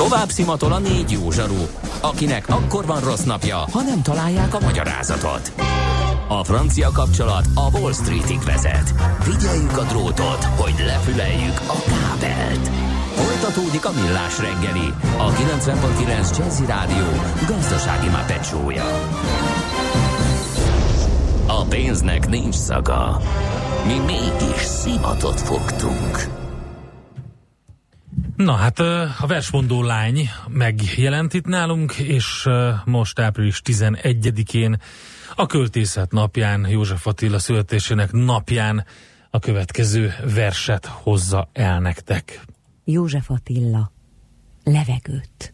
Tovább szimatol a 4 jó zsaru, akinek akkor van rossz napja, ha nem találják a magyarázatot. A francia kapcsolat a Wall Streetig vezet. Figyeljük a drótot, hogy lefüleljük a kábelt. Folytatódik a Millás reggeli, a 90.9 Jazzy Rádió gazdasági mápecsója. A pénznek nincs szaga. Mi mégis szimatot fogtunk. Na hát a versmondó lány megjelent itt nálunk, és most április 11-én a költészet napján, József Attila születésének napján a következő verset hozza el nektek. József Attila, levegőt.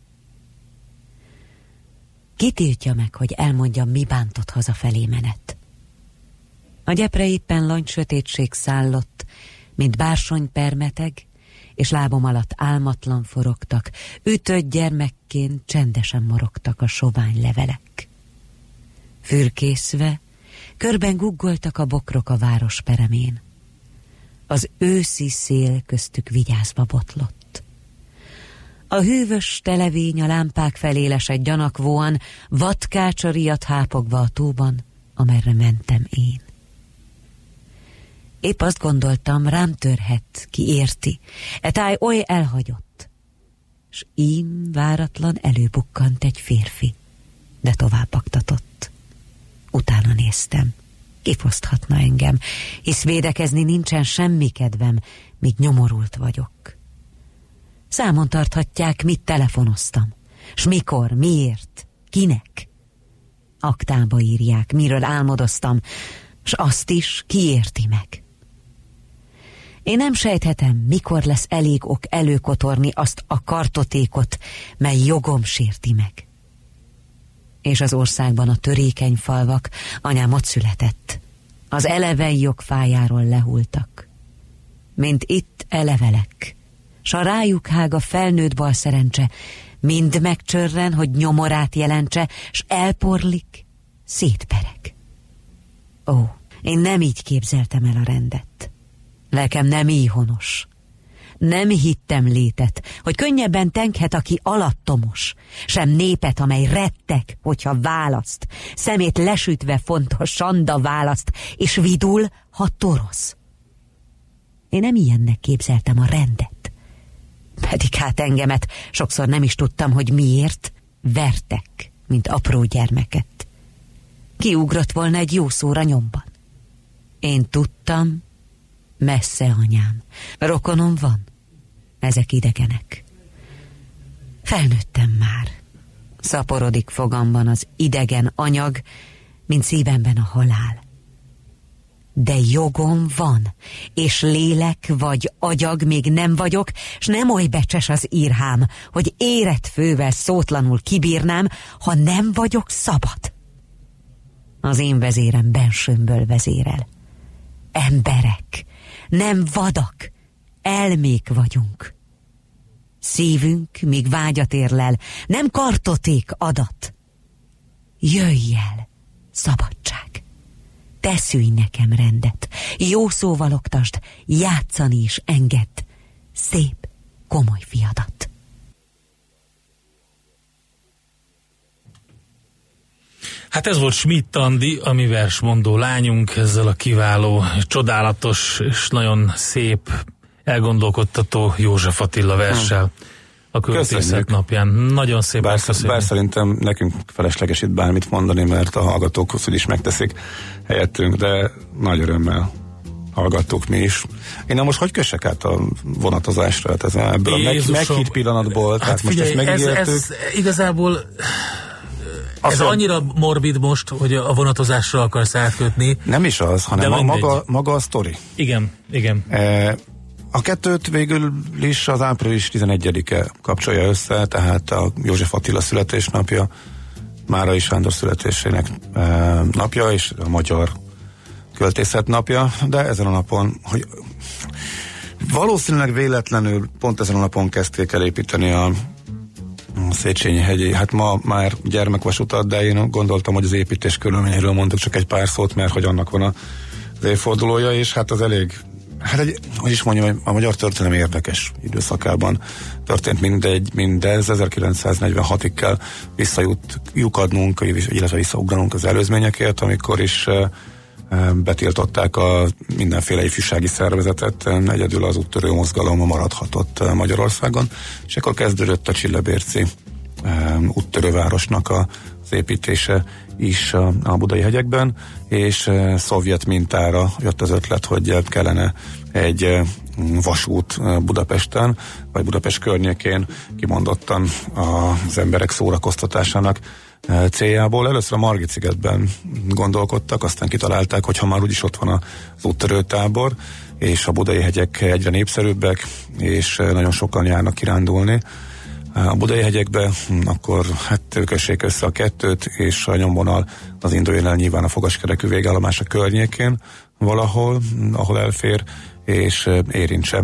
Ki tiltja meg, hogy elmondjam, mi bántott hazafelé menet? A gyepre éppen langy sötétség szállott, mint bársony permeteg, és lábom alatt álmatlan forogtak, ütött gyermekként csendesen morogtak a sovány levelek. Fürkészve, körben guggoltak a bokrok a város peremén. Az őszi szél köztük vigyázva botlott. A hűvös televény a lámpák felé lesett gyanakvóan, vadkácsa riadt hápogva a tóban, amerre mentem én. Épp azt gondoltam, rám törhet, ki érti, e táj oly elhagyott. S ím váratlan előbukkant egy férfi, de tovább baktatott. Utána néztem, kifoszthatna engem, hisz védekezni nincsen semmi kedvem, míg nyomorult vagyok. Számon tarthatják, mit telefonoztam, s mikor, miért, kinek. Aktába írják, miről álmodoztam, s azt is, ki érti meg. Én nem sejthetem, mikor lesz elég ok előkotorni azt a kartotékot, mely jogom sérti meg. És az országban a törékeny falvak, anyám ott született, az eleven jogfájáról lehultak. Mint itt elevelek, s a rájuk hág a felnőtt balszerencse, mind megcsörren, hogy nyomorát jelentse, s elporlik, szétpereg. Ó, én nem így képzeltem el a rendet. Lelkem nem íhonos. Nem hittem létet, hogy könnyebben tenkhet, aki alattomos, sem népet, amely rettek, hogyha választ, szemét lesütve fontos sanda választ, és vidul, ha torosz. Én nem ilyennek képzeltem a rendet. Pedig hát engemet sokszor nem is tudtam, hogy miért vertek, mint apró gyermeket. Kiugrott volna egy jó szóra nyomban. Én tudtam, messze anyám, rokonom van, ezek idegenek. Felnőttem már, szaporodik fogamban az idegen anyag, mint szívemben a halál. De jogom van, és lélek vagy agyag még nem vagyok, s nem oly becses az írhám, hogy érett fővel szótlanul kibírnám, ha nem vagyok szabad. Az én vezérem bensőmből vezérel. Emberek, nem vadak, elmék vagyunk. Szívünk, míg vágyat érlel, nem kartoték adat. Jöjj el, szabadság! Te szülj nekem rendet, jó szóval oktasd, játszani is engedd, szép, komoly fiadat. Hát ez volt Schmidt Andi, a mi versmondó lányunk, ezzel a kiváló, csodálatos és nagyon szép, elgondolkodtató József Attila verssel a költészet napján. Nagyon szépen köszönjük. Bár szerintem nekünk felesleges itt bármit mondani, mert a hallgatók is megteszik helyettünk, de nagy örömmel hallgattuk mi is. Én most hogy kössek át a vonatozásra? Hát ebből a meghitt pillanatból, hát tehát figyelj, most ezt megígértük. Ez igazából... Ez annyira morbid most, hogy a vonatozásra akarsz átkötni. Nem is az, hanem maga a sztori. Igen. A kettőt végül is az április 11-e kapcsolja össze, tehát a József Attila születésnapja, Márai Sándor születésének napja, és a magyar költészet napja, de ezen a napon, hogy valószínűleg véletlenül pont ezen a napon kezdték el építeni a Széchenyi-hegyi, hát ma már gyermekvasutat, de én gondoltam, hogy az építés körülményéről mondok csak egy pár szót, mert hogy annak van az évfordulója, és hát az elég Hát hogy is mondjam, a magyar történelem érdekes időszakában történt mindez 1946-ig kell visszajukadnunk, illetve visszaugranunk az előzményekért, amikor is betiltották a mindenféle ifjúsági szervezetet, egyedül az úttörő mozgalom maradhatott Magyarországon, és akkor kezdődött a Csillebérci úttörővárosnak az építése is a Budai hegyekben, és szovjet mintára jött az ötlet, hogy kellene egy vasút Budapesten, vagy Budapest környékén, kimondottan az emberek szórakoztatásának céljából. Először a Margit-szigetben gondolkodtak, aztán kitalálták, hogy ha már úgyis ott van az úttörőtábor, és a budai hegyek egyre népszerűbbek, és nagyon sokan járnak kirándulni a budai hegyekbe, akkor hát kössék össze a kettőt, és a nyomvonal az induljon el nyilván a fogaskerekű végállomás a környékén valahol, ahol elfér, és érintse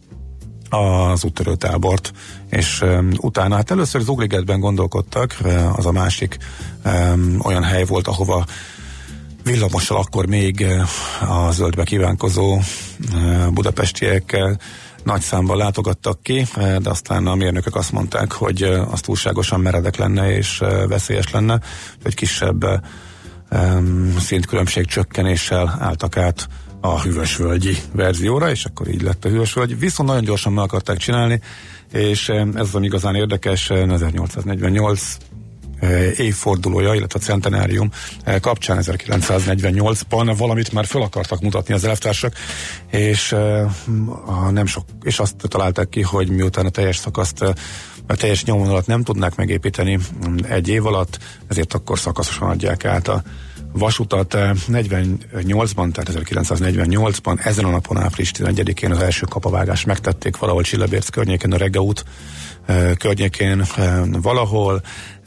az úttörőtábort, és utána, hát először az Ugligetben gondolkodtak, az a másik olyan hely volt, ahova villamossal akkor még a zöldbe kívánkozó budapestiek nagy számban látogattak ki, de aztán a mérnökök azt mondták, hogy az túlságosan meredek lenne és veszélyes lenne, hogy kisebb szintkülönbség csökkenéssel álltak át a hűvösvölgyi verzióra, és akkor így lett a hűvösvölgy. Viszont nagyon gyorsan meg akarták csinálni, és ez az igazán érdekes, 1848 évfordulója, illetve a centenárium kapcsán 1948-ban valamit már föl akartak mutatni az elvtársak, és és azt találták ki, hogy miután a teljes nyomvonalat nem tudnák megépíteni egy év alatt, ezért akkor szakaszosan adják át a vasutat. 48-ban, tehát 1948-ban, ezen a napon, április 11-én az első kapavágást megtették valahol Csillebérc környékén, a Regge út környékén valahol.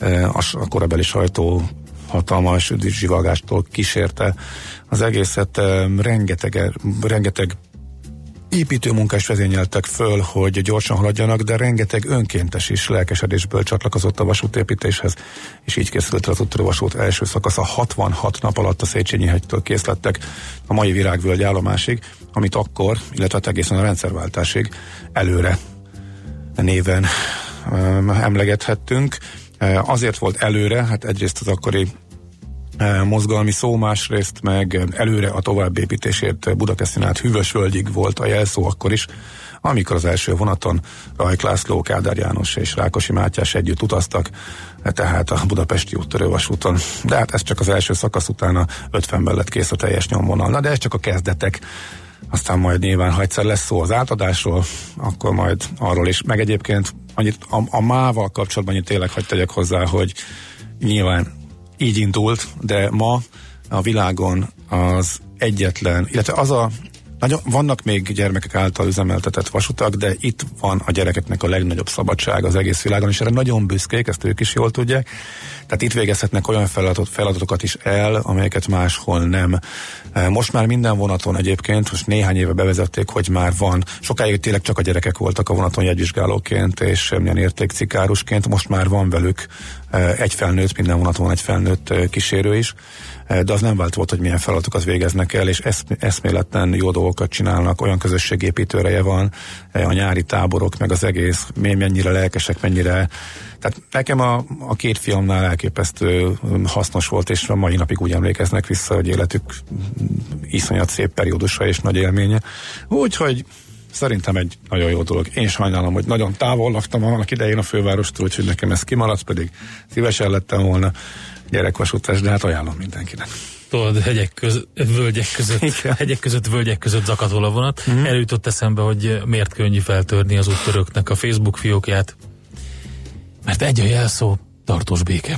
A korabeli sajtó hatalmas zsivagástól kísérte az egészet. Rengeteg építőmunkás vezényeltek föl, hogy gyorsan haladjanak, de rengeteg önkéntes is lelkesedésből csatlakozott a vasútépítéshez, és így készült az úttörővasút első szakasza. 66 nap alatt a Széchenyi hegytől kész lettek a mai Virágvölgy állomásig, amit akkor, illetve egészen a rendszerváltásig előre néven emlegethettünk. Azért volt előre, hát egyrészt az akkori mozgalmi szó, másrészt meg előre a továbbépítésért Budakeszin át Hűvösvölgyig volt a jelszó akkor is, amikor az első vonaton Rajk László, Kádár János és Rákosi Mátyás együtt utaztak, tehát a budapesti úttörővasúton. De hát ez csak az első szakasz, utána 50-ben lett kész a teljes nyomvonal. Na de ez csak a kezdetek. Aztán majd nyilván, ha egyszer lesz szó az átadásról, akkor majd arról is. Meg egyébként annyit a mával kapcsolatban annyit tényleg hadd tegyek hozzá, hogy nyilván így indult, de ma a világon az egyetlen, illetve vannak még gyermekek által üzemeltetett vasutak, de itt van a gyerekeknek a legnagyobb szabadság az egész világon, és erre nagyon büszkék, ezt ők is jól tudják. Tehát itt végezhetnek olyan feladatokat is el, amelyeket máshol nem. Most már minden vonaton egyébként, most néhány éve bevezették, hogy már van, sokáig tényleg csak a gyerekek voltak a vonaton jegyvizsgálóként és semmilyen értékcikárusként, most már van velük egy felnőtt, minden vonaton van egy felnőtt kísérő is, de az nem vált volt, hogy milyen feladatokat végeznek el, és eszméletlen jó dolgokat csinálnak, olyan közösségépítő ereje van, a nyári táborok, meg az egész, mennyire lelkesek, mennyire. Tehát nekem a két fiamnál elképesztő hasznos volt, és a mai napig úgy emlékeznek vissza, hogy életük iszonyat szép periódusa és nagy élménye. Úgyhogy szerintem egy nagyon jó dolog. Én sajnálom, hogy nagyon távol laktam annak idején a fővárostól, úgyhogy nekem ez kimaradt, pedig szívesen lettem volna gyerekvasutás, de hát ajánlom mindenkinek. Tudod, hegyek között, völgyek között zakatol a vonat. Előjutott eszembe, hogy miért könnyű feltörni az úttörőknek a Facebook fiókját. Mert egy a jelszó, tartós béke.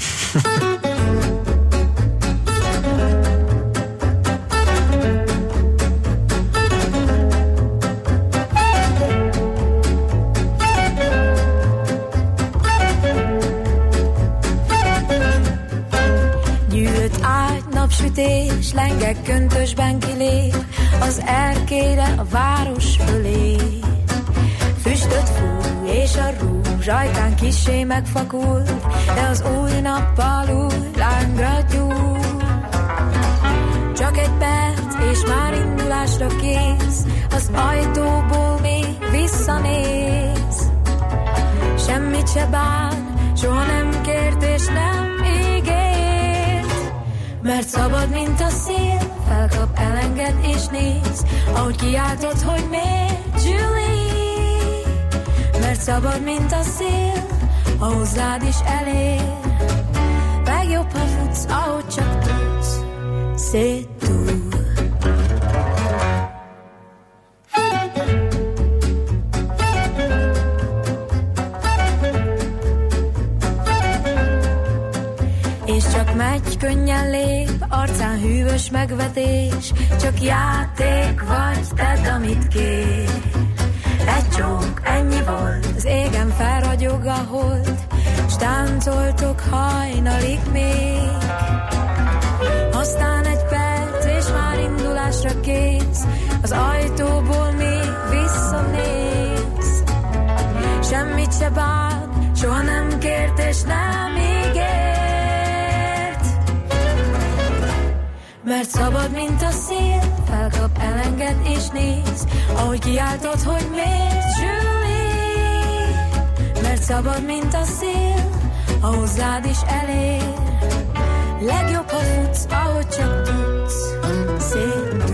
Napsütés, lengek köntösben kilép az erkére a város fölé. Füstöt fúj és a rúzs ajkán kissé megfakult, de az új nappal új lángra gyúl. Csak egy perc és már indulásra kész, az ajtóból még visszanéz. Semmit se bán, soha nem kért és nem ígért. Mert szabad, mint a szél, felkap, elenged és néz, ahogy kiáltod, hogy miért, Julie. Mert szabad, mint a szél, ha hozzád is elér. Legjobb, ha futsz, ahogy csak tudsz, széttúl. És csak megy, könnyen lép, arcán hűvös megvetés, csak játék vagy, tedd, amit kér. Egy csók, ennyi volt, az égen felragyog a hold, s táncoltok hajnalig még. Aztán egy perc, és már indulásra kész, az ajtóból még visszanéz. Semmit se bán, soha nem kért és nem ígért. Mert szabad, mint a szél, felkap, elenged és néz, ahogy kiáltod, hogy miért, Julie. Mert szabad, mint a szél, ha hozzád is elér. Legjobb, ha futsz, ahogy csak tudsz, széttől.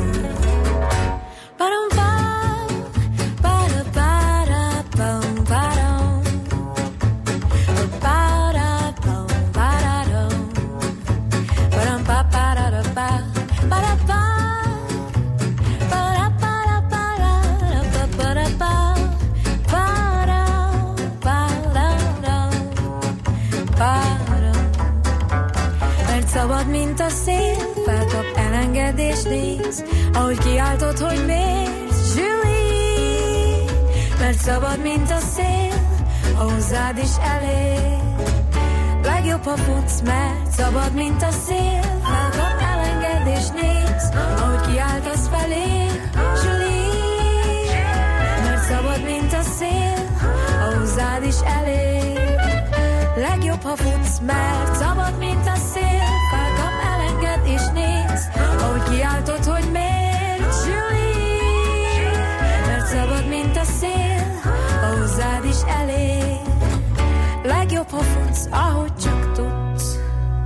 Szabad, mint a szél, felkap, elenged és néz, ahogy kiáltod, hogy miért, Julie. Mert szabad, mint a szél, ha hozzád is elér. Legjobb, ha futsz, mert szabad, mint a szél, felkap, elenged és néz, ahogy kiáltasz felé, Julie. Mert szabad, mint a szél, ha hozzád is elér. Legjobb, ha futsz, mert szabad, mint a szél, felkap, elenged és néz, ahogy kiáltod, hogy miért, Julie. Mert szabad, mint a szél, ha hozzád is elér. Legjobb, ha futsz, ahogy csak tudsz.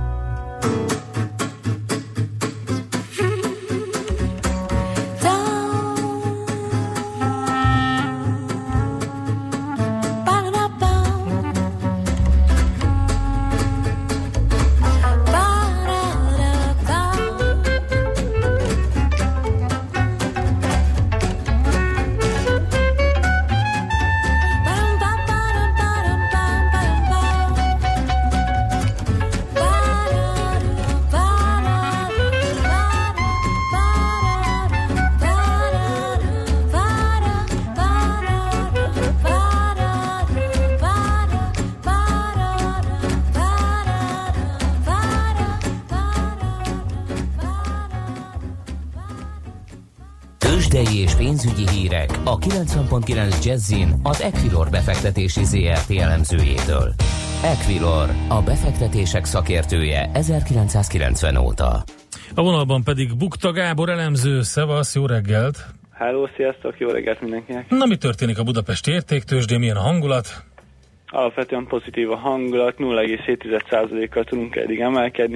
És pénzügyi hírek a 90.9 Jazzin az Equilor befektetési ZRT elemzőjétől. Equilor, a befektetések szakértője 1990 óta. A vonalban pedig Bukta Gábor elemző. Szevasz, jó reggelt! Hello, sziasztok, jó reggelt mindenkinek! Na, mi történik a budapesti értéktőzsdén, milyen a hangulat? Alapvetően pozitív a hangulat, 0,7%-kal tudunk eddig emelkedni,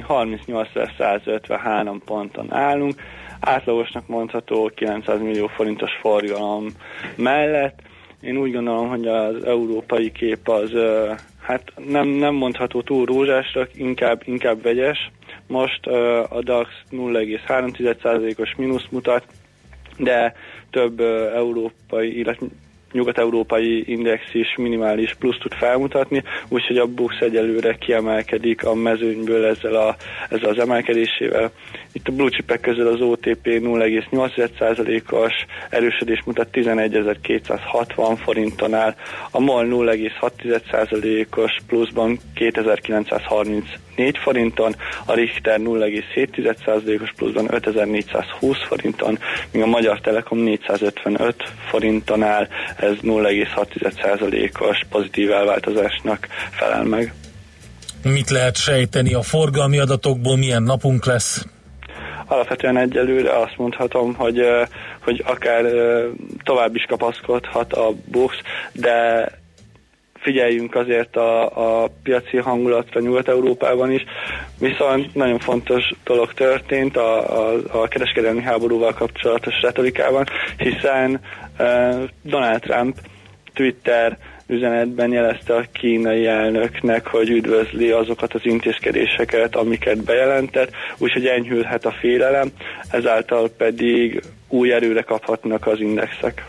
38.153 ponton állunk. Átlagosnak mondható 900 millió forintos forgalom mellett. Én úgy gondolom, hogy az európai kép az hát nem mondható túl rózsásra, inkább vegyes. Most a DAX 0,3%-os mínusz mutat, de több európai, illetve nyugat-európai index is minimális plusz tud felmutatni, úgyhogy a BUX egyelőre kiemelkedik a mezőnyből ezzel az emelkedésével. Itt a blue chipek közül az OTP 0,8%-os erősödés mutat 11.260 forinton áll, a MOL 0,6%-os pluszban 2.934 forinton, a Richter 0,7%-os pluszban 5.420 forinton, míg a Magyar Telekom 455 forinton áll, ez 0,6%-os pozitív elváltozásnak felel meg. Mit lehet sejteni a forgalmi adatokból, milyen napunk lesz? Alapvetően egyelőre azt mondhatom, hogy hogy akár tovább is kapaszkodhat a box, de figyeljünk azért a piaci hangulatra Nyugat-Európában is, viszont nagyon fontos dolog történt a kereskedelmi háborúval kapcsolatos retorikában, hiszen Donald Trump Twitter üzenetben jelezte a kínai elnöknek, hogy üdvözli azokat az intézkedéseket, amiket bejelentett, úgyhogy enyhülhet a félelem, ezáltal pedig új erőre kaphatnak az indexek.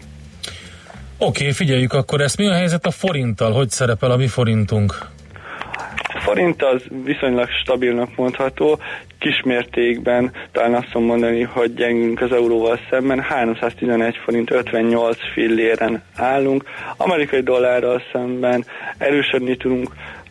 Oké, figyeljük akkor ezt. Mi a helyzet a forinttal? Hogy szerepel a mi forintunk? A forint az viszonylag stabilnak mondható, kismértékben talán azt mondom mondani, hogy gyengünk az euróval szemben, 311 forint 58 filléren állunk, amerikai dollárral szemben erősödni tudunk,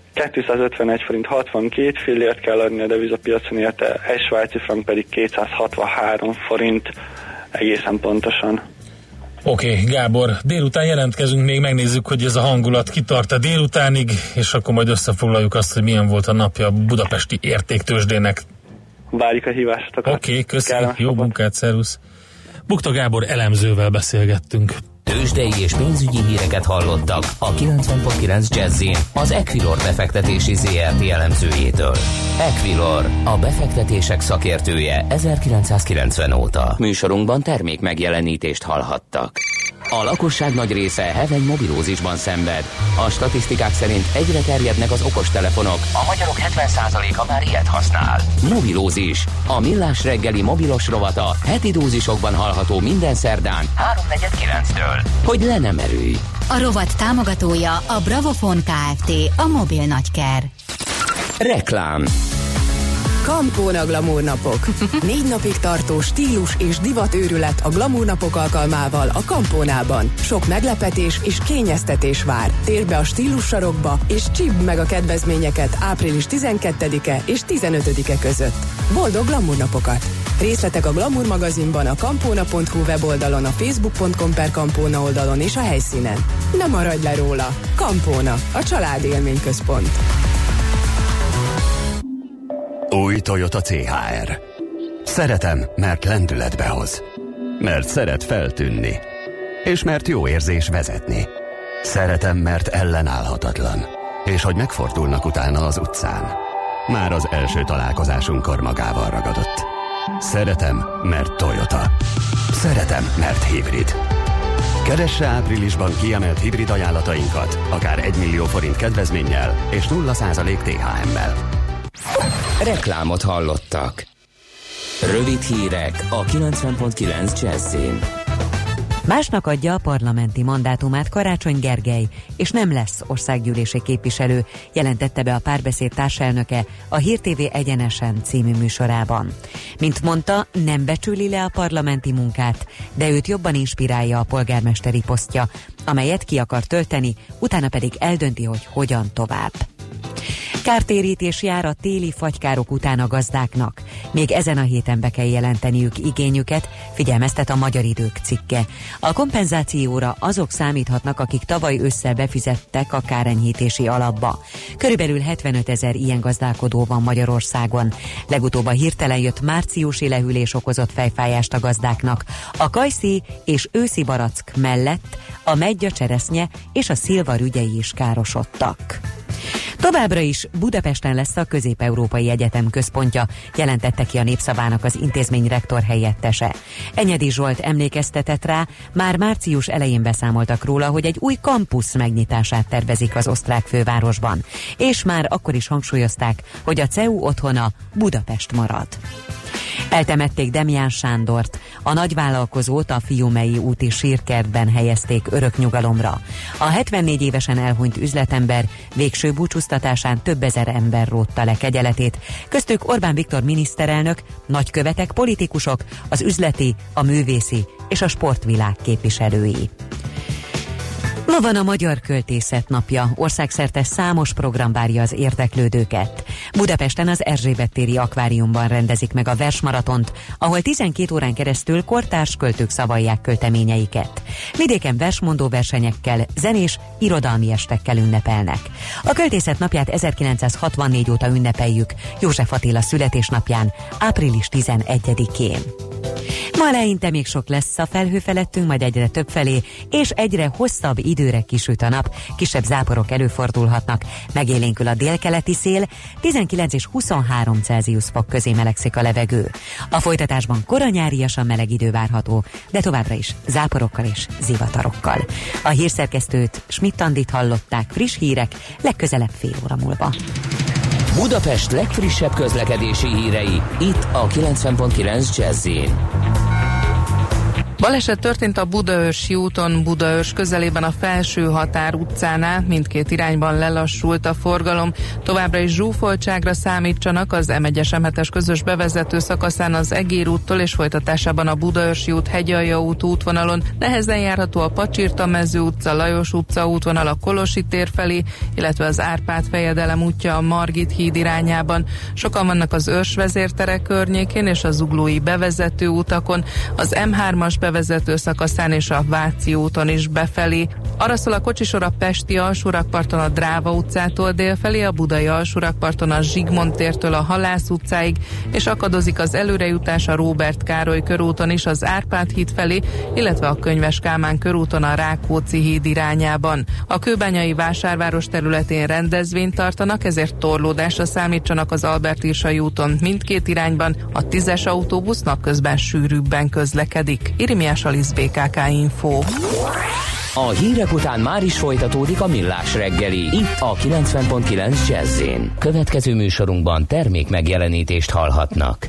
251 forint 62 fillért kell adni a devizapiacon, érte, egy svájci frank pedig 263 forint egészen pontosan. Oké, Gábor, délután jelentkezünk, még megnézzük, hogy ez a hangulat kitart-e délutánig, és akkor majd összefoglaljuk azt, hogy milyen volt a napja a budapesti értéktőzsdének. Várjuk a hívásotokat. Oké, köszönjük, jó munkát, szervusz. Bukta Gábor elemzővel beszélgettünk. Tőzsdei és pénzügyi híreket hallottak a 90.9 Jazzin az Equilor befektetési ZRT elemzőjétől. Equilor, a befektetések szakértője 1990 óta. Műsorunkban termék megjelenítést hallhattak. A lakosság nagy része heveny mobilózisban szenved. A statisztikák szerint egyre terjednek az okostelefonok, a magyarok 70%-a már ilyet használ. Mobilózis, a Millás reggeli mobilos rovata heti dózisokban hallható minden szerdán 3:49-től. Hogy le nem erőj. A rovat támogatója a Bravofon Kft. A mobil nagyker. Reklám. Campona Glamour napok. 4 napig tartó stílus és divatőrület a Glamour napok alkalmával a Camponában. Sok meglepetés és kényeztetés vár. Térj be a stílus sarokba és csípd meg a kedvezményeket április 12-e és 15-e között. Boldog Glamour napokat! Részletek a Glamour magazinban, a campona.hu weboldalon, a facebook.com/Campona oldalon és a helyszínen. Ne maradj le róla! Campona, a családi élményközpont. Új Toyota CHR. Szeretem, mert lendületbe hoz. Mert szeret feltűnni. És mert jó érzés vezetni. Szeretem, mert ellenállhatatlan. És hogy megfordulnak utána az utcán. Már az első találkozásunkkor magával ragadott. Szeretem, mert Toyota. Szeretem, mert hibrid. Keresse áprilisban kiemelt hibrid ajánlatainkat, akár 1 millió forint kedvezménnyel és 0% THM-mel. Reklámot hallottak. Rövid hírek a 90.9 Jazzin. Másnak adja a parlamenti mandátumát Karácsony Gergely, és nem lesz országgyűlési képviselő, jelentette be a Párbeszéd társelnöke a Hír TV Egyenesen című műsorában. Mint mondta, nem becsüli le a parlamenti munkát, de őt jobban inspirálja a polgármesteri posztja, amelyet ki akar tölteni, utána pedig eldönti, hogy hogyan tovább. Kártérítés jár a téli fagykárok után a gazdáknak. Még ezen a héten be kell jelenteniük igényüket, figyelmeztet a Magyar Idők cikke. A kompenzációra azok számíthatnak, akik tavaly ősszel befizettek a kárenyhítési alapba. Körülbelül 75 000 ilyen gazdálkodó van Magyarországon. Legutóbb a hirtelen jött márciusi lehűlés okozott fejfájást a gazdáknak. A kajszí és őszi barack mellett a meggy, a cseresznye és a szilva rügyei is károsodtak. Továbbra is Budapesten lesz a Közép-Európai Egyetem központja, jelentette ki a Népszavának az intézmény rektor helyettese. Enyedi Zsolt emlékeztetett rá, már március elején beszámoltak róla, hogy egy új kampusz megnyitását tervezik az osztrák fővárosban, és már akkor is hangsúlyozták, hogy a CEU otthona Budapest marad. Eltemették Demján Sándort, a nagyvállalkozót a Fiumei úti sírkertben helyezték örök nyugalomra. A 74 évesen elhunyt üzletember végső búcsúztatásán több ezer ember rótta le kegyeletét, köztük Orbán Viktor miniszterelnök, nagykövetek, politikusok, az üzleti, a művészi és a sportvilág képviselői. Ma van a Magyar Költészet napja, országszerte számos program várja az érdeklődőket. Budapesten az Erzsébet téri akváriumban rendezik meg a versmaratont, ahol 12 órán keresztül kortárs költők szavalják költeményeiket. Vidéken versmondó versenyekkel, zenés, irodalmi estekkel ünnepelnek. A Költészet napját 1964 óta ünnepeljük, József Attila születésnapján, április 11-én. Ma eleinte még sok lesz a felhő felettünk, majd egyre több felé, és egyre hosszabb időre kisüt a nap, kisebb záporok előfordulhatnak, megélénkül a délkeleti szél, 19 és 23 Celsius fok közé melegszik a levegő. A folytatásban koranyáriasan meleg idő várható, de továbbra is záporokkal és zivatarokkal. A hírszerkesztőt, Schmidt-Andit hallották, friss hírek legközelebb fél óra múlva. Budapest legfrissebb közlekedési hírei, itt a 90.9 Jazz-in. Baleset történt a Budaörsi úton, Budaörs közelében a Felső Határ utcánál, mindkét irányban lelassult a forgalom. Továbbra is zsúfoltságra számítsanak az M1-es közös bevezető szakaszán az Egér úttól és folytatásában a Budaörsi út, Hegyalja út útvonalon. Nehezen járható a Pacsirta-mező utca, Lajos utca útvonal a Kolosi tér felé, illetve az Árpád-fejedelem útja a Margit híd irányában. Sokan vannak az Őrsvezértere környékén és a zuglói bevezető utakon, az M3-as bevezető szakaszán és a Váci úton is befelé. Arra szól a kocsisor a Pesti alsórakparton a Dráva utcától délfelé, a Budai alsórakparton a Zsigmond tértől a Halász utcáig, és akadozik az előrejutás a Róbert Károly körúton is az Árpád híd felé, illetve a Könyves Kálmán körúton a Rákóczi híd irányában. A kőbányai vásárváros területén rendezvényt tartanak, ezért torlódásra számítsanak az Albert-Irsai úton mindkét irányban, a 10-es autóbusz napközben sűrűbben közlekedik. Irimiás Alisz, BKK Info. A hírek után már is folytatódik a Millás reggeli, itt a 90.9 Jazz-in. Következő műsorunkban termék megjelenítést hallhatnak.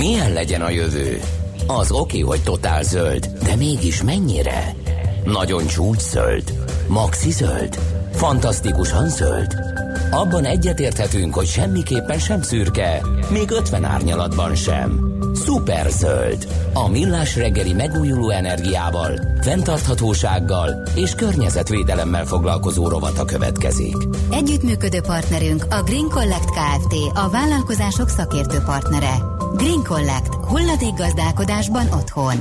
Milyen legyen a jövő? Az oké, hogy totál zöld, de mégis mennyire? Nagyon csúcs zöld? Maxi zöld? Fantasztikusan zöld? Abban egyetérthetünk, hogy semmiképpen sem szürke, még 50 árnyalatban sem. Szuper zöld. A Millás reggeli megújuló energiával, fenntarthatósággal és környezetvédelemmel foglalkozó rovata következik. Együttműködő partnerünk a Green Collect Kft. A vállalkozások szakértő partnere. Green Collect. Hulladékgazdálkodásban otthon.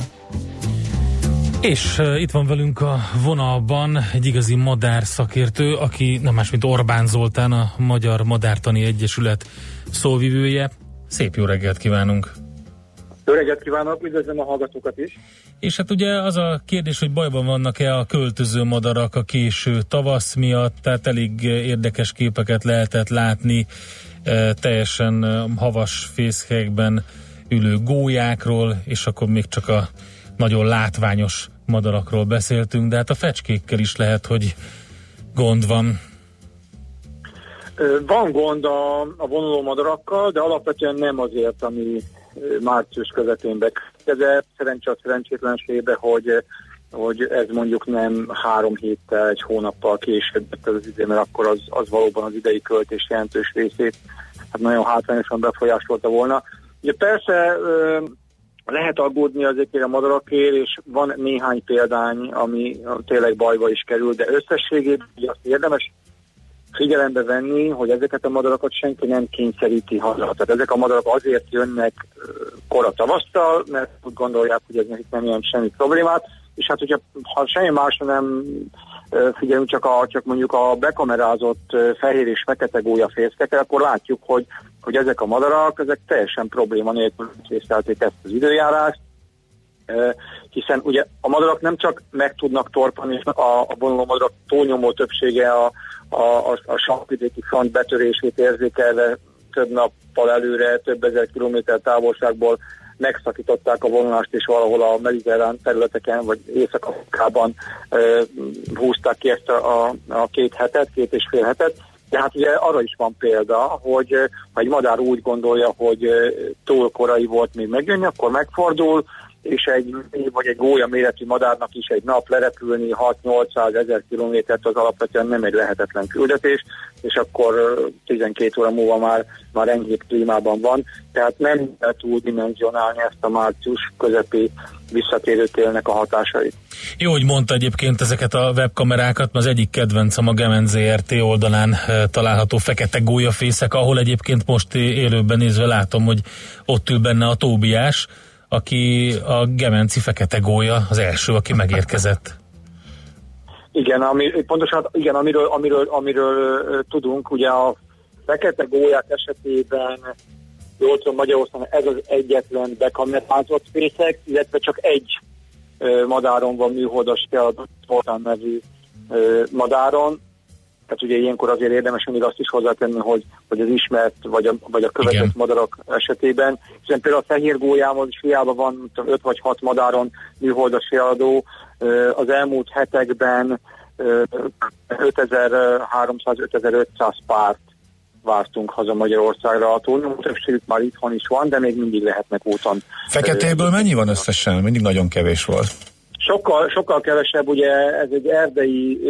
És itt van velünk a vonalban egy igazi madár szakértő, aki nem más, mint Orbán Zoltán, a Magyar Madártani Egyesület szóvivője. Szép jó reggelt kívánunk! Jó reggelt kívánok, üdvözlöm a hallgatókat is! És hát ugye az a kérdés, hogy bajban vannak-e a költöző madarak a késő tavasz miatt, tehát elég érdekes képeket lehetett látni, teljesen havas fészkekben ülő gólyákról, és akkor még csak a nagyon látványos madarakról beszéltünk, de hát a fecskékkel is lehet, hogy gond van. Van gond a vonuló madarakkal, de alapvetően nem azért, ami március közepén bekövetkezett. Szerencsé a szerencsétlenségbe, hogy ez mondjuk nem 3 héttel, 1 hónappal később az idő, mert akkor az valóban az idei költés jelentős részét hát nagyon hátrányosan befolyásolta volna. Ugye persze lehet aggódni azért a madarakért, és van néhány példány, ami tényleg bajba is kerül, de összességében azt érdemes figyelembe venni, hogy ezeket a madarakat senki nem kényszeríti haza. Tehát ezek a madarak azért jönnek kora tavasztal, mert úgy gondolják, hogy ez nekik nem jelent semmi problémát, és hát ha semmi másra nem figyelünk, csak mondjuk a bekamerázott fehér és fekete gólyafészkekre, akkor látjuk, hogy ezek a madarak, ezek teljesen probléma nélkül észlelték ezt az időjárást, hiszen ugye a madarak nem csak meg tudnak torpani, és a vonuló madarak túlnyomó többsége a sarkvidéki front betörését érzékelve több nappal előre, több ezer kilométer távolságból megszakították a vonulást, és valahol a mediterrán területeken, vagy Észak-Afrikában húzták ki ezt a 2 hetet, 2,5 hetet. De hát ugye arra is van példa, hogy ha egy madár úgy gondolja, hogy túl korai volt még megjönni, akkor megfordul, és egy gólya méretű madárnak is egy nap lerepülni 6-800 ezer kilométert az alapvetően nem egy lehetetlen küldetés, és akkor 12 óra múlva már enyhébb klímában van, tehát nem lehet túl dimenzionálni ezt a március közepi visszatérő télnek a hatásait. Jó, hogy mondta egyébként ezeket a webkamerákat, mert az egyik kedvencem a Gemen ZRT oldalán található fekete gólyafészek, ahol egyébként most élőben nézve látom, hogy ott ül benne a Tóbiás, aki a gemenci fekete gólya, az első, aki megérkezett. Igen, amiről tudunk, ugye a fekete gólyák esetében jól tudom, Magyarországon ez az egyetlen bekamerázott fészek, illetve csak egy madáron van műholdas kiadott Zoltán nevű madáron. Tehát ugye ilyenkor azért érdemes mindig azt is hozzátenni, hogy az ismert vagy a követett igen. madarak esetében. Hiszen például a fehér gólyával is hiába van 5 vagy 6 madáron műholdas kiadó. Az elmúlt hetekben 5300-5500 párt vártunk haza Magyarországra. A túlnyomó többségük már itthon is van, de még mindig lehetnek úton. Feketéből mennyi van összesen? Mindig nagyon kevés volt. Sokkal kevesebb, ugye ez egy erdei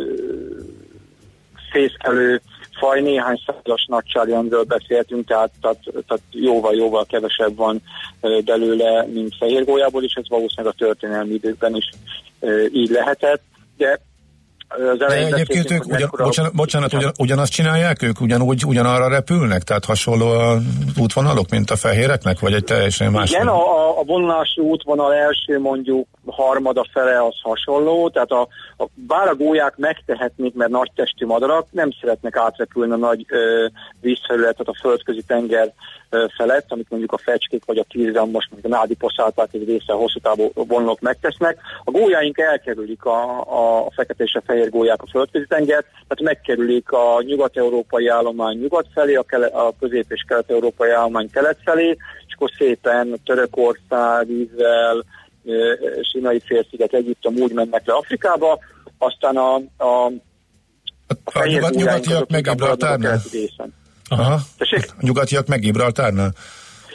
fészkelő faj, néhány százas nagyságrendről beszéltünk, tehát jóval kevesebb van belőle, mint fehérgólyából, és ez valószínűleg a történelmi időkben is így lehetett, de egyébként ők ugyanazt csinálják ők? Ugyanarra repülnek? Tehát hasonló az útvonalok, mint a fehéreknek? Vagy egy teljesen más? Igen, a vonulási útvonal első mondjuk harmada fele az hasonló, tehát bár a gólyák megtehetnék, mert nagy testű madarak nem szeretnek átrepülni a nagy vízfelületet a földközi tenger felett, amit mondjuk a fecskék vagy a 10 grammos, mondjuk a nádi poszálták egy része hosszú távú vonulók megtesznek. A gólyáink elkerülik a fekete és a fehér gólyák a földközi tengert, tehát megkerülik a nyugat-európai állomány nyugat felé, a közép- és kelet-európai állomány kelet felé, és akkor szépen Törökország, Izrael, Sínai félsziget, Egyiptom úgy mennek le Afrikába, aztán a fehér nyugatiak meg Gibraltárnál? A nyugatiak meg Gibraltárnál?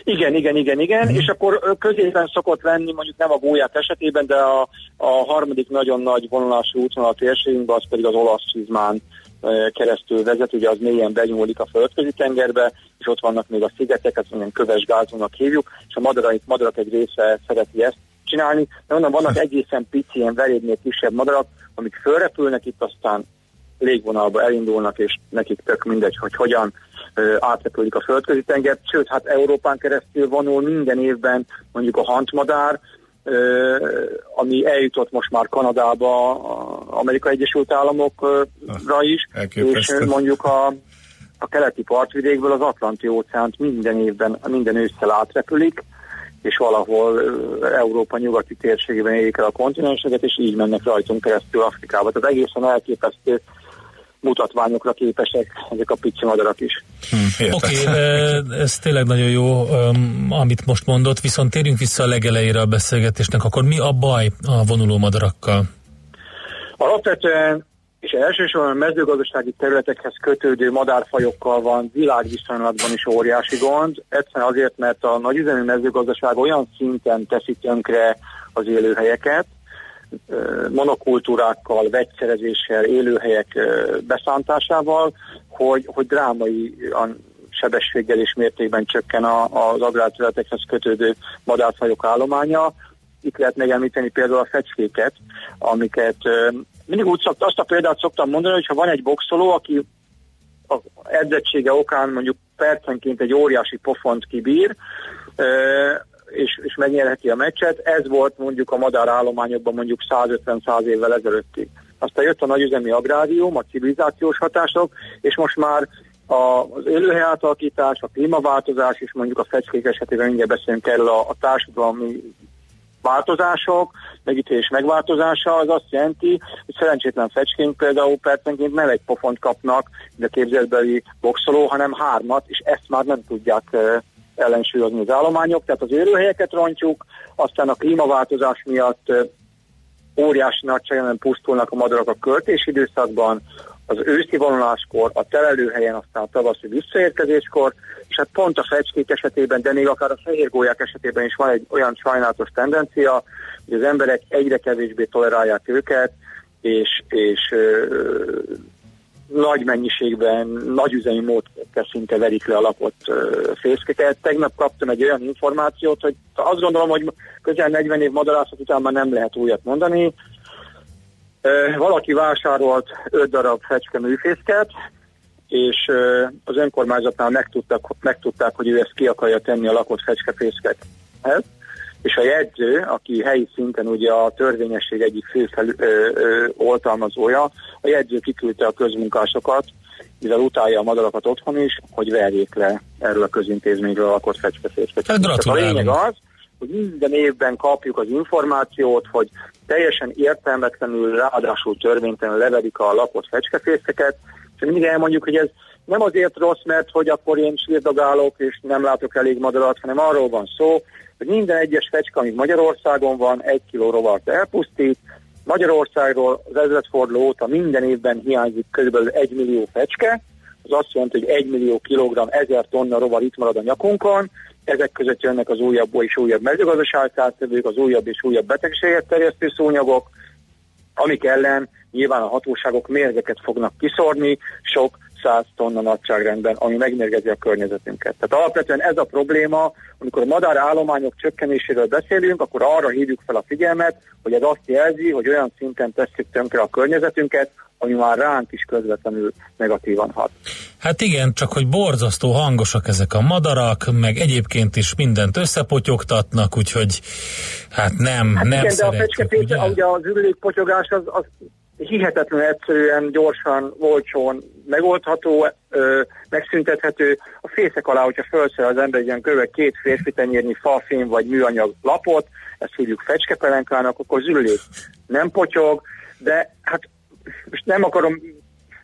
Igen, és akkor középen szokott lenni, mondjuk nem a gólyák esetében, de a harmadik nagyon nagy vonulású útvonal térségünkben, az pedig az olasz csizmán keresztül vezet, ugye az mélyen benyúlik a földközi tengerbe, és ott vannak még a szigetek, ezt minden köves gázónak hívjuk, és a madarak egy része szereti ezt csinálni, de onnan vannak egészen pici, ilyen verédnél kisebb madarak, amik fölrepülnek itt, aztán légvonalba elindulnak, és nekik tök mindegy, hogy hogyan átrepülik a földközi tenger, sőt, hát Európán keresztül vonul minden évben mondjuk a hantmadár, ami eljutott most már Kanadába, Amerikai Egyesült Államokra is, és mondjuk a keleti partvidékből az Atlanti-óceánt minden évben, minden ősszel átrepülik, és valahol Európa nyugati térségében érik el a kontinenseket, és így mennek rajtunk keresztül Afrikába. Tehát egészen elképesztő mutatványokra képesek ezek a pici madarak is. Oké, ez tényleg nagyon jó, amit most mondott, viszont térjünk vissza a legelejére a beszélgetésnek, akkor mi a baj a vonuló madarakkal? Alapvetően, és elsősorban mezőgazdasági területekhez kötődő madárfajokkal van világviszonylatban is óriási gond. Egyszerűen azért, mert a nagyüzemű mezőgazdaság olyan szinten teszi tönkre az élőhelyeket, monokultúrákkal, vegyszerezéssel, élőhelyek beszántásával, hogy drámai sebességgel és mértékben csökken az agrárterületekhez kötődő madárfajok állománya. Itt lehet megemlíteni például a fecskéket, amiket mindig úgy azt a példát szoktam mondani, hogy ha van egy boxoló, aki az edzettsége okán mondjuk percenként egy óriási pofont kibír, és megnyerheti a meccset, ez volt mondjuk a madárállományokban mondjuk 150-100 évvel ezelőttig. Aztán jött a nagyüzemi agrárium, a civilizációs hatások, és most már az élőhely átalakítás, a klímaváltozás, és mondjuk a fecskék esetében mindjárt beszélünk erről a társadalmi változások, megítélés megváltozása, az azt jelenti, hogy szerencsétlen fecskénk például percenként nem egy pofont kapnak, de képzeletbeli boxoló, hanem 3, és ezt már nem tudják ellensúlyozni az állományok, tehát az élőhelyeket rontjuk, aztán a klímaváltozás miatt óriási nagyságban pusztulnak a madarak a költési időszakban, az őszi vonuláskor, a telelőhelyen, aztán a tavaszi visszaérkezéskor, és hát pont a fecskék esetében, de még akár a fehérgólyák esetében is van egy olyan sajnálatos tendencia, hogy az emberek egyre kevésbé tolerálják őket, és nagy mennyiségben, nagyüzemi módszerekkel szinte verik le a lakott fészkeket. Tegnap kaptam egy olyan információt, hogy azt gondolom, hogy közel 40 év madarászat után már nem lehet újat mondani. Valaki vásárolt 5 darab fecske műfészket, és az önkormányzatnál megtudták, hogy ő ezt ki akarja tenni a lakott fecskefészkekhez. És a jegyző, aki helyi szinten ugye a törvényesség egyik fő oltalmazója, a jegyző kiküldte a közmunkásokat, mivel utálja a madarakat otthon is, hogy verjék le erről a közintézményről a lakott fecskefészkeket. A lényeg az, hogy minden évben kapjuk az információt, hogy teljesen értelmetlenül, ráadásul törvénytelenül leverik a lakott fecskefészkeket, és mindig elmondjuk, hogy ez nem azért rossz, mert hogy akkor én sírdogálok és nem látok elég madarat, hanem arról van szó, hogy minden egyes fecske, amit Magyarországon van, 1 kiló rovart elpusztít. Magyarországról az ezredforduló óta minden évben hiányzik kb. 1 millió fecske, az azt jelenti, hogy 1 millió kilogramm, 1000 tonna rovar itt marad a nyakunkon, ezek között jönnek az újabb és újabb mezőgazdaságkártevők, az újabb és újabb betegséget terjesztő szúnyogok, amik ellen nyilván a hatóságok mérgeket fognak kiszórni, sok 100 tonna nagyságrendben, ami megmérgezi a környezetünket. Tehát alapvetően ez a probléma, amikor a madárállományok csökkenéséről beszélünk, akkor arra hívjuk fel a figyelmet, hogy ez azt jelzi, hogy olyan szinten tesszük tönkre a környezetünket, ami már ránk is közvetlenül negatívan hat. Hát igen, csak hogy borzasztó hangosak ezek a madarak, meg egyébként is mindent összepotyogtatnak, úgyhogy hát nem igen, szeretjük, de a ugye az ürülékpotyogás az hihetetlenül egyszerűen, gyorsan, olcsón megoldható, megszüntethető. A fészek alá, hogyha felszer az ember egy ilyen kb. 2 férfitenyérnyi fafém vagy műanyag lapot, ezt hívjuk fecskepelenkának, akkor az ürülék nem potyog, de hát most nem akarom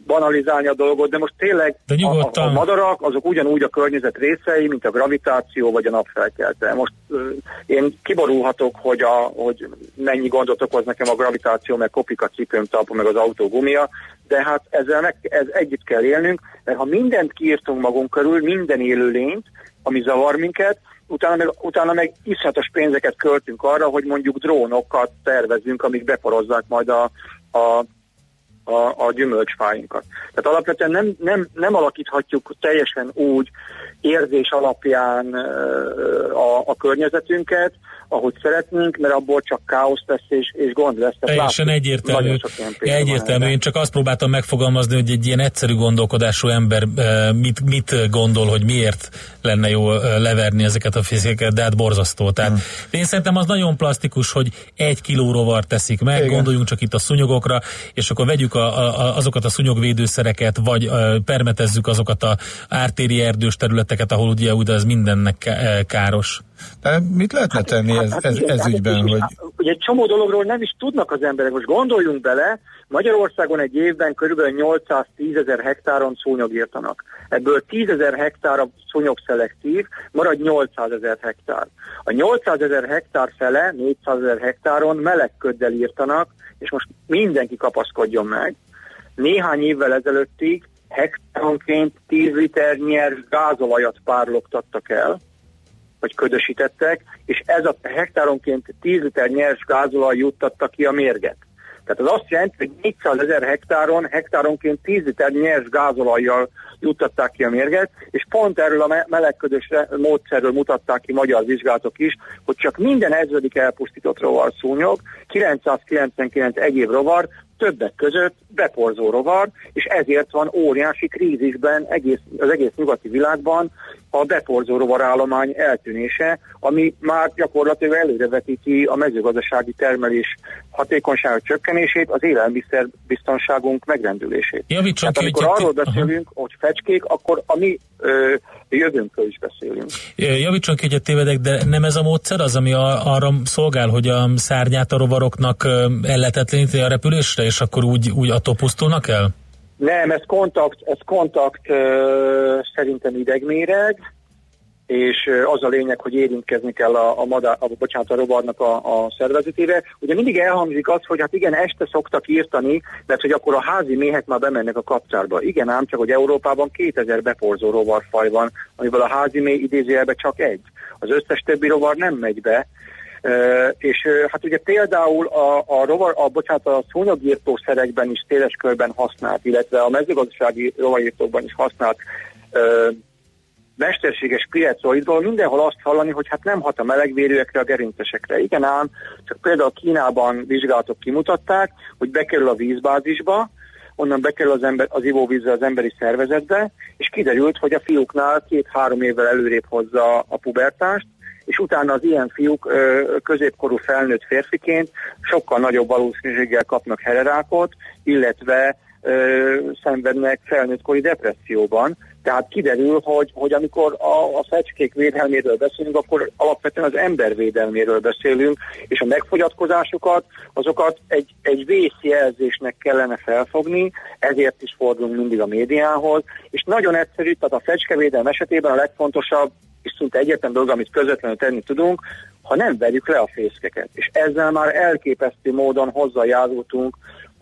banalizálni a dolgot, de most tényleg a madarak azok ugyanúgy a környezet részei, mint a gravitáció vagy a napfelkelte. Most én kiborulhatok, hogy mennyi gondot okoz nekem a gravitáció, meg kopik a cipőm talpa, meg az autó gumia, de hát ez együtt kell élnünk, mert ha mindent kiírtunk magunk körül, minden élőlényt, ami zavar minket, utána meg iszonyatos pénzeket költünk arra, hogy mondjuk drónokat tervezünk, amik beporozzák majd a gyümölcsfáinkat. Tehát alapvetően nem alakíthatjuk teljesen úgy érzés alapján a környezetünket, ahogy szeretnénk, mert abból csak káosz lesz és gond lesz. Teljesen egyértelmű. Én csak azt próbáltam megfogalmazni, hogy egy ilyen egyszerű gondolkodású ember mit gondol, hogy miért lenne jó leverni ezeket a fészkeket, de hát borzasztó. Tehát én szerintem az nagyon plastikus, hogy 1 kiló rovar teszik meg, igen. Gondoljunk csak itt a szúnyogokra, és akkor vegyük azokat a szúnyogvédőszereket, vagy permetezzük azokat a ártéri erdős területeket, ahol ugye ez mindennek káros. De mit lehetne tenni ez ügyben? Hogy... Ugye egy csomó dologról nem is tudnak az emberek. Most gondoljunk bele, Magyarországon egy évben körülbelül 810 000 hektáron szúnyogírtanak. Ebből 10 000 hektár a szúnyog szelektív, marad 800 000 hektár. A 800 000 hektár fele, 400 000 hektáron melegköddel írtanak, és most mindenki kapaszkodjon meg. Néhány évvel ezelőttig hektáronként 10 liter nyers gázolajat párologtattak el, vagy ködösítettek, és ez a hektáronként 10 liter nyers gázolaj juttatta ki a mérget. Tehát az azt jelenti, hogy 400 000 hektáronként 10 liter nyers gázolajjal juttatták ki a mérget, és pont erről a melegködös módszerről mutatták ki magyar vizsgálatok is, hogy csak minden 1000. elpusztított rovarszúnyog, 999 egyéb rovar, többek között beporzó rovar, és ezért van óriási krízisben az egész nyugati világban a beporzó rovarállomány eltűnése, ami már gyakorlatilag előrevetíti a mezőgazdasági termelés hatékonysága csökkenését, az élelmiszerbiztonságunk megrendülését. Tehát amikor arról beszélünk, hogy fecskék, akkor a mi jövőnkről is beszélünk. Javítson ki, hogy tévedek, de nem ez a módszer az, ami arra szolgál, hogy a szárnyát a rovaroknak ellehetetleníteni a repülésre, és akkor úgy attól pusztulnak el? Nem, ez kontakt szerintem idegméreg, és az a lényeg, hogy érintkezni kell a rovarnak a szervezetére. Ugye mindig elhangzik az, hogy hát igen, este szoktak írtani, mert hogy akkor a házi méhek már bemennek a kapcárba. Igen ám, csak hogy Európában 2000 beporzó rovarfaj van, amiből a házi méh idézőjelben csak egy. Az összes többi rovar nem megy be, és hát ugye például a szúnyogírtószerekben is széles körben használt, illetve a mezőgazdasági rovarírtókban is használt mesterséges pirecoidról mindenhol azt hallani, hogy hát nem hat a melegvérűekre, a gerincesekre. Igen ám, csak például Kínában vizsgálatok kimutatták, hogy bekerül a vízbázisba, onnan bekerül az ivóvízre az emberi szervezetbe, és kiderült, hogy a fiúknál 2-3 évvel előrébb hozza a pubertást, és utána az ilyen fiúk középkorú felnőtt férfiként sokkal nagyobb valószínűséggel kapnak hererákot, illetve szenvednek felnőttkori depresszióban. Tehát kiderül, hogy amikor a fecskék védelméről beszélünk, akkor alapvetően az ember védelméről beszélünk, és a megfogyatkozásokat, azokat egy vészjelzésnek kellene felfogni, ezért is fordulunk mindig a médiához, és nagyon egyszerű, tehát a fecskevédelem esetében a legfontosabb, és szinte egyetlen dolog, amit közvetlenül tenni tudunk, ha nem verjük le a fészkeket. És ezzel már elképesztő módon hozzájárultunk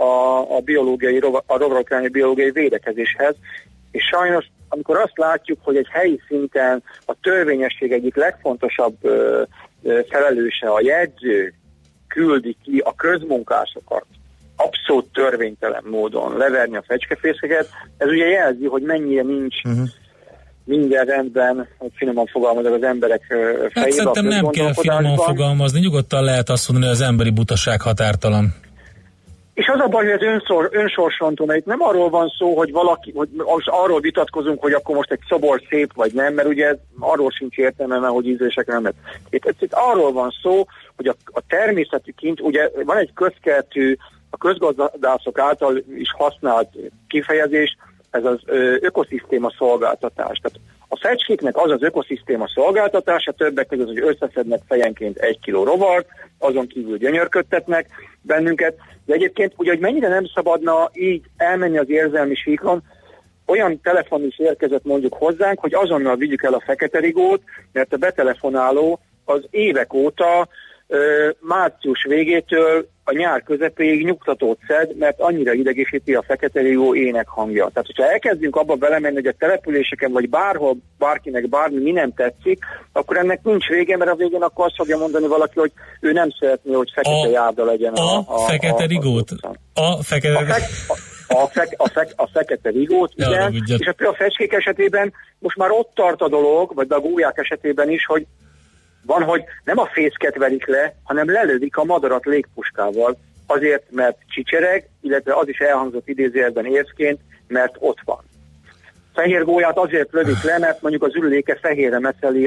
a rovarok elleni biológiai védekezéshez, és sajnos, amikor azt látjuk, hogy egy helyi szinten a törvényesség egyik legfontosabb felelőse, a jegyző küldi ki a közmunkásokat abszolút törvénytelen módon leverni a fecskefészkeket, ez ugye jelzi, hogy mennyire nincs minden rendben, hogy finoman fogalmazok az emberek fejébe. Hát szerintem nem kell finoman fogalmazni, nyugodtan lehet azt mondani, hogy az emberi butaság határtalan. És az a baj, hogy ez önsorsontó, mert itt nem arról van szó, hogy most arról vitatkozunk, hogy akkor most egy szobor szép vagy nem, mert ugye arról sincs értelme, hogy ízlések nem lett. Itt arról van szó, hogy a természeti kint, ugye van egy közkeletű, a közgazdászok által is használt kifejezés, ez az ökoszisztéma szolgáltatás. Tehát A fecskéknek az az ökoszisztéma szolgáltatása többek között, hogy összeszednek fejenként 1 kiló rovart, azon kívül gyönyörködtetnek bennünket, de egyébként ugye, hogy mennyire nem szabadna így elmenni az érzelmi síkon, olyan telefon is érkezett mondjuk hozzánk, hogy azonnal vigyük el a fekete rigót, mert a betelefonáló az évek óta március végétől a nyár közepéig nyugtatót szed, mert annyira idegesíti a fekete rigó énekhangja. Tehát, hogyha elkezdünk abba belemenni, hogy a településeken vagy bárhol bárkinek bármi mi nem tetszik, akkor ennek nincs vége, mert a végén akkor azt fogja mondani valaki, hogy ő nem szeretné, hogy fekete járda legyen a fekete rigót. A fekete rigót, igen, és a fecskék esetében most már ott tart a dolog, vagy a gólyák esetében is, hogy van, hogy nem a fészket verik le, hanem lelövik a madarat légpuskával, azért, mert csicsereg, illetve az is elhangzott idézőjelben érvként, mert ott van. Fehér gólyát azért lövik le, mert mondjuk az ürüléke fehérre meszeli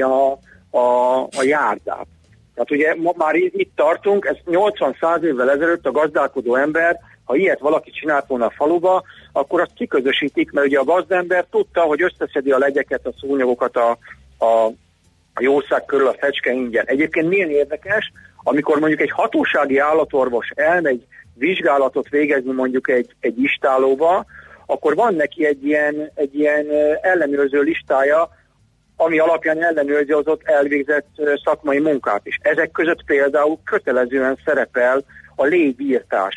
a járdát. Tehát ugye már itt tartunk, ez 80-100 évvel ezelőtt a gazdálkodó ember, ha ilyet valaki csinált volna a faluba, akkor azt kiközösítik, mert ugye a gazdember tudta, hogy összeszedi a legyeket, a szúnyogokat a jószág körül a fecske ingyen. Egyébként milyen érdekes, amikor mondjuk egy hatósági állatorvos elmegy vizsgálatot végezni mondjuk egy istálóba, akkor van neki egy ilyen ellenőrző listája, ami alapján ellenőrzi az ott elvégzett szakmai munkát is. Ezek között például kötelezően szerepel a légbírtás.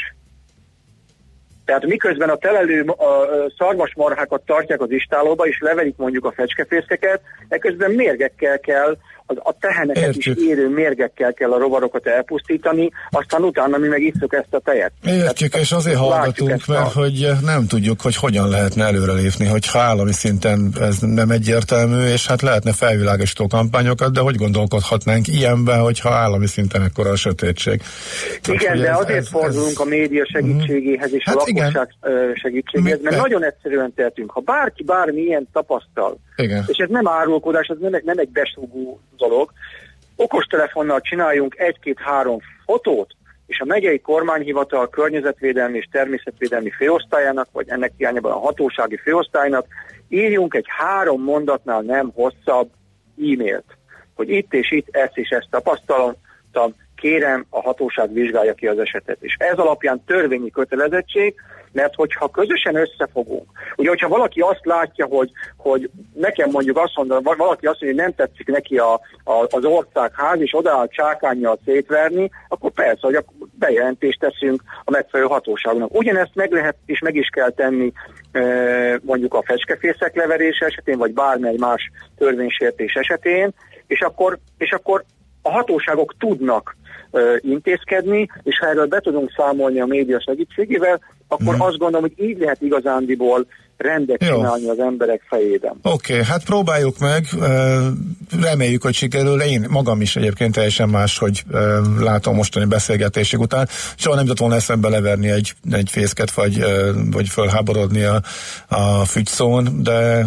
Tehát miközben a telelő szarvasmarhákat tartják az istálóba, és levelik mondjuk a fecskefészkeket, ekközben mérgekkel kell, a teheneket is érő mérgekkel kell a rovarokat elpusztítani, aztán utána mi meg isszuk ezt a tejet. Értjük, és azért hallgatunk, mert hogy nem tudjuk, hogy hogyan lehetne előrelépni, hogyha állami szinten ez nem egyértelmű, és hát lehetne felvilágosító kampányokat, de hogy gondolkodhatnánk ilyenben, hogyha állami szinten ekkora a sötétség. Igen, de azért fordulunk a média segítségéhez és a lakosság segítségéhez, mert nagyon egyszerűen tehetünk. Ha bárki bármilyen tapasztal, és ez nem árulkodás, ez nem egy besúgó dolog, okostelefonnal csináljunk 1-2-3 fotót, és a megyei kormányhivatal környezetvédelmi és természetvédelmi főosztályának, vagy ennek hiányában a hatósági főosztálynak írjunk egy 3 mondatnál nem hosszabb e-mailt, hogy itt és itt ezt és ezt tapasztaltam, kérem, a hatóság vizsgálja ki az esetet. És ez alapján törvényi kötelezettség, mert hogyha közösen összefogunk, ugye hogyha valaki azt látja, hogy nekem mondjuk azt mondja, valaki azt mondja, hogy nem tetszik neki az országház, és odaáll csákánnyal szétverni, akkor persze, hogy bejelentést teszünk a megfelelő hatóságnak. Ugyanezt meg lehet és meg is kell tenni mondjuk a fecskefészek leverése esetén, vagy bármely más törvénysértés esetén, és akkor a hatóságok tudnak intézkedni, és ha erről be tudunk számolni a média segítségével, akkor azt gondolom, hogy így lehet igazándiból rendet csinálni az emberek fejében. Oké, hát próbáljuk meg, reméljük, hogy sikerül. Én magam is egyébként teljesen más, hogy látom mostani beszélgetésig után. Soha nem jutott volna eszembe leverni egy fészket, vagy fölháborodni a fügyszón,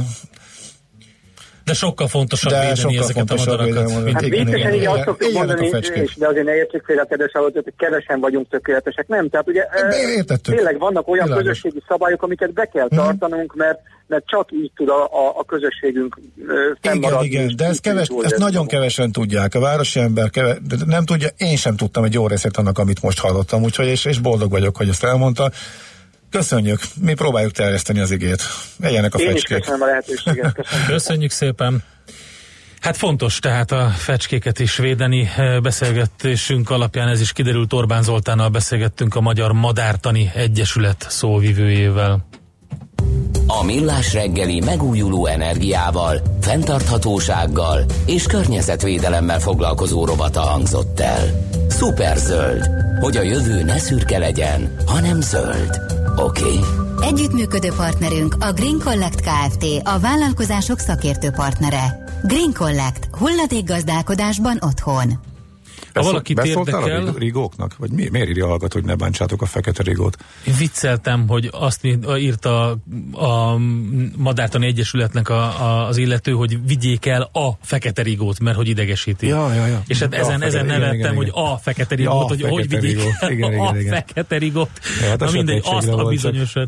de sokkal fontosabb védeni ezeket a madarakat. Hát viccesen így azt szoktuk mondani, de azért ne értsük félre a kedves hallgatót, hogy kevesen vagyunk tökéletesek. Nem, tehát ugye tényleg vannak olyan közösségi szabályok, amiket be kell tartanunk, mert csak így tud a közösségünk fennmaradni. Igen, de ezt nagyon kevesen tudják. A városi ember nem tudja, én sem tudtam egy jó részét annak, amit most hallottam, úgyhogy és boldog vagyok, hogy ezt elmondta. Köszönjük, mi próbáljuk terjeszteni az igét. Éljenek a fecskék. Én is köszönöm a lehetőséget. Köszönjük szépen. Hát fontos tehát a fecskéket is védeni. Beszélgetésünk alapján ez is kiderült, Orbán Zoltánnal beszélgettünk, a Magyar Madártani Egyesület szóvivőjével. A Millás reggeli megújuló energiával, fenntarthatósággal és környezetvédelemmel foglalkozó rovata hangzott el. Szuperzöld, hogy a jövő ne szürke legyen, hanem zöld. Oké? Együttműködő partnerünk a Green Collect Kft., a vállalkozások szakértő partnere. Green Collect. Hulladékgazdálkodásban otthon. Ha valakit érdekel... a rigóknak? Vagy miért írja a hallgató, hogy ne bántsátok a fekete rigót? Én vicceltem, hogy azt írta a Madártani Egyesületnek az illető, hogy vigyék el a fekete rigót, mert hogy idegesíti. Ja. És hát ezen nevettem, hogy a fekete rigót, hogy vigyék el a fekete rigót. Na mindegy, azt a bizonyosat.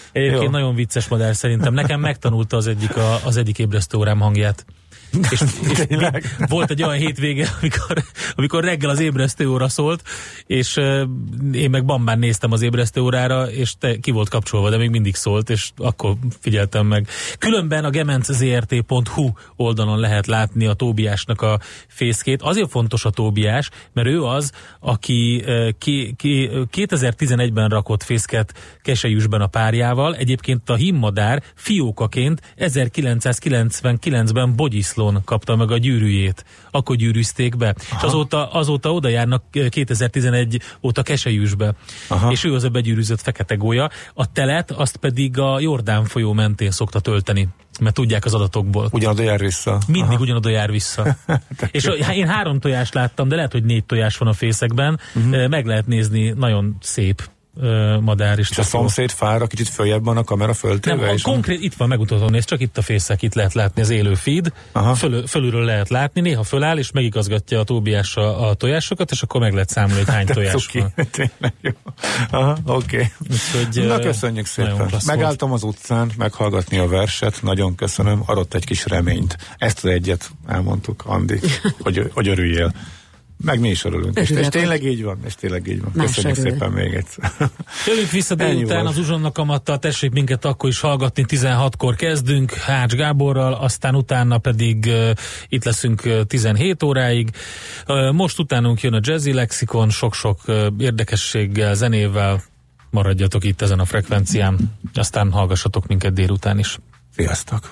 Egyébként nagyon vicces madár szerintem. Nekem megtanulta az egyik ébresztőórám hangját. És volt egy olyan hétvége, amikor reggel az ébresztőóra szólt, és én meg bambán néztem az ébresztőórára, és ki volt kapcsolva, de még mindig szólt, és akkor figyeltem meg. Különben a gemenczrt.hu oldalon lehet látni a Tóbiásnak a fészkét. Azért fontos a Tóbiás, mert ő az, aki 2011-ben rakott fészket Keselyűsben a párjával. Egyébként a hímmadár fiókaként 1999-ben Bogyiszlón kapta meg a gyűrűjét. Akkor gyűrűzték be. Aha. És azóta oda járnak 2011 óta Keselyűsbe. Aha. És ő az a begyűrűzött fekete gólya. A telet azt pedig a Jordán folyó mentén szokta tölteni. Mert tudják az adatokból. Ugyanoda jár vissza. Mindig ugyanoda jár vissza. És én 3 tojást láttam, de lehet, hogy 4 tojás van a fészekben. Meg lehet nézni, nagyon szép madár is. És a szomszéd fára kicsit följebb van a kamera föltéve? Nem, konkrét itt van, megmutatom, nézd, csak itt a fészek, itt lehet látni az élő feed, fölülről lehet látni, néha föláll, és megigazgatja a Tóbiás a tojásokat, és akkor meg lehet számolni, hogy hány tojás van. Tényleg jó. Aha, oké. Na, köszönjük szépen. Megálltam az utcán meghallgatni a verset, nagyon köszönöm, adott egy kis reményt. Ezt az egyet elmondtuk, Andi, hogy örüljél. Meg mi is örülünk. És tényleg így van. Köszönjük szépen még egyszer. Jövünk vissza délután az Uzsonna Kamattal, tessék minket akkor is hallgatni, 16-kor kezdünk Hács Gáborral, aztán utána pedig itt leszünk 17 óráig. Most utánunk jön a Jazzy Lexikon, sok-sok érdekességgel, zenével. Maradjatok itt ezen a frekvencián, aztán hallgassatok minket délután is. Sziasztok!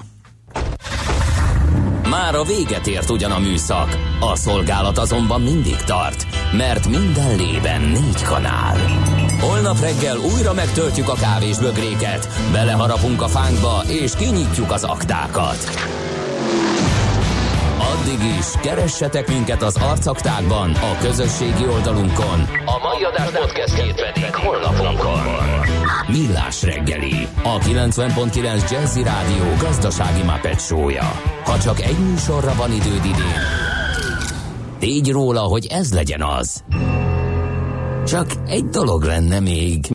Már a véget ért ugyan a műszak, a szolgálat azonban mindig tart, mert minden lében 4 kanál. Holnap reggel újra megtöltjük a kávésbögréket, beleharapunk a fánkba és kinyitjuk az aktákat. Addig is keressetek minket az arcaktákban, a közösségi oldalunkon, a mai adás podcastjét pedig honlapunkon. Millás reggeli, a 90.9 Jazzy Rádió gazdasági Muppet show-ja. Ha csak egy műsorra van időd idén, tégy róla, hogy ez legyen az. Csak egy dolog lenne még.